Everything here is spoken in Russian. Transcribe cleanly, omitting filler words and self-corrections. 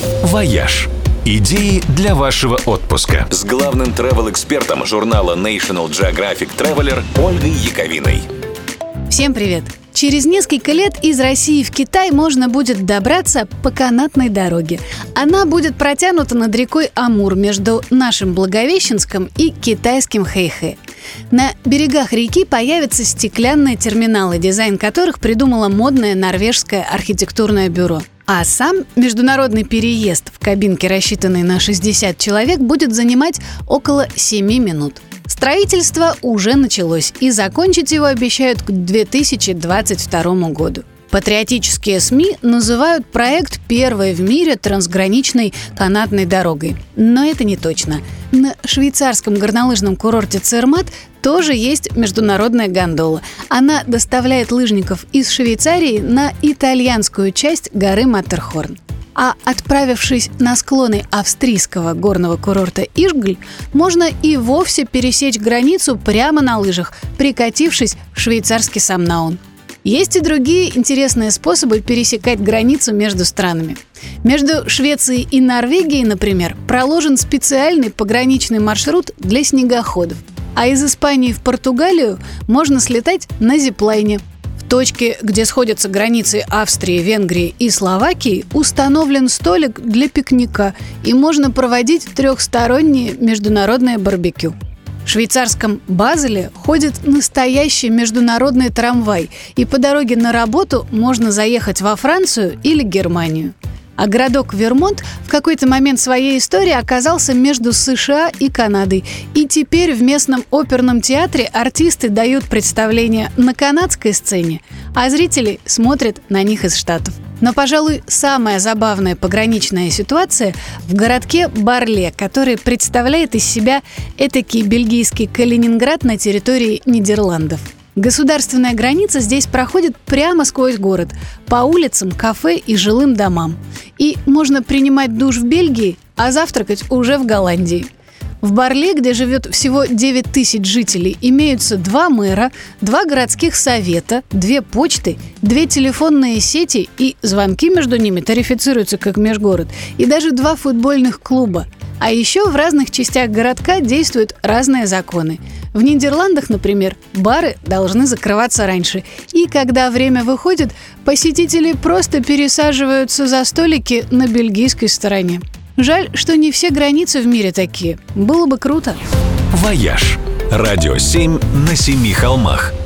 «Вояж». Идеи для вашего отпуска. С главным travel-экспертом журнала National Geographic Traveler Ольгой Яковиной. Всем привет! Через несколько лет из России в Китай можно будет добраться по канатной дороге. Она будет протянута над рекой Амур между нашим Благовещенском и китайским Хэйхэ. На берегах реки появятся стеклянные терминалы, дизайн которых придумало модное норвежское архитектурное бюро. А сам международный переезд в кабинке, рассчитанной на 60 человек, будет занимать около 7 минут. Строительство уже началось, и закончить его обещают к 2022 году. Патриотические СМИ называют проект первой в мире трансграничной канатной дорогой. Но это не точно. На швейцарском горнолыжном курорте Цермат тоже есть международная гондола. Она доставляет лыжников из Швейцарии на итальянскую часть горы Маттерхорн. А отправившись на склоны австрийского горного курорта Ишгль, можно и вовсе пересечь границу прямо на лыжах, прикатившись в швейцарский Самнаун. Есть и другие интересные способы пересекать границу между странами. Между Швецией и Норвегией, например, проложен специальный пограничный маршрут для снегоходов. А из Испании в Португалию можно слетать на зиплайне. В точке, где сходятся границы Австрии, Венгрии и Словакии, установлен столик для пикника, и можно проводить трехстороннее международное барбекю. В швейцарском Базеле ходит настоящий международный трамвай, и по дороге на работу можно заехать во Францию или Германию. А городок Вермонт в какой-то момент своей истории оказался между США и Канадой. И теперь в местном оперном театре артисты дают представления на канадской сцене, а зрители смотрят на них из Штатов. Но, пожалуй, самая забавная пограничная ситуация в городке Барле, который представляет из себя этакий бельгийский Калининград на территории Нидерландов. Государственная граница здесь проходит прямо сквозь город, по улицам, кафе и жилым домам. И можно принимать душ в Бельгии, а завтракать уже в Голландии. В Барле, где живет всего 9 тысяч жителей, имеются 2 мэра, 2 городских совета, 2 почты, 2 телефонные сети, и звонки между ними тарифицируются как межгород, и даже 2 футбольных клуба. А еще в разных частях городка действуют разные законы. В Нидерландах, например, бары должны закрываться раньше. И когда время выходит, посетители просто пересаживаются за столики на бельгийской стороне. Жаль, что не все границы в мире такие. Было бы круто. «Вояж». Радио 7 на 7 холмах.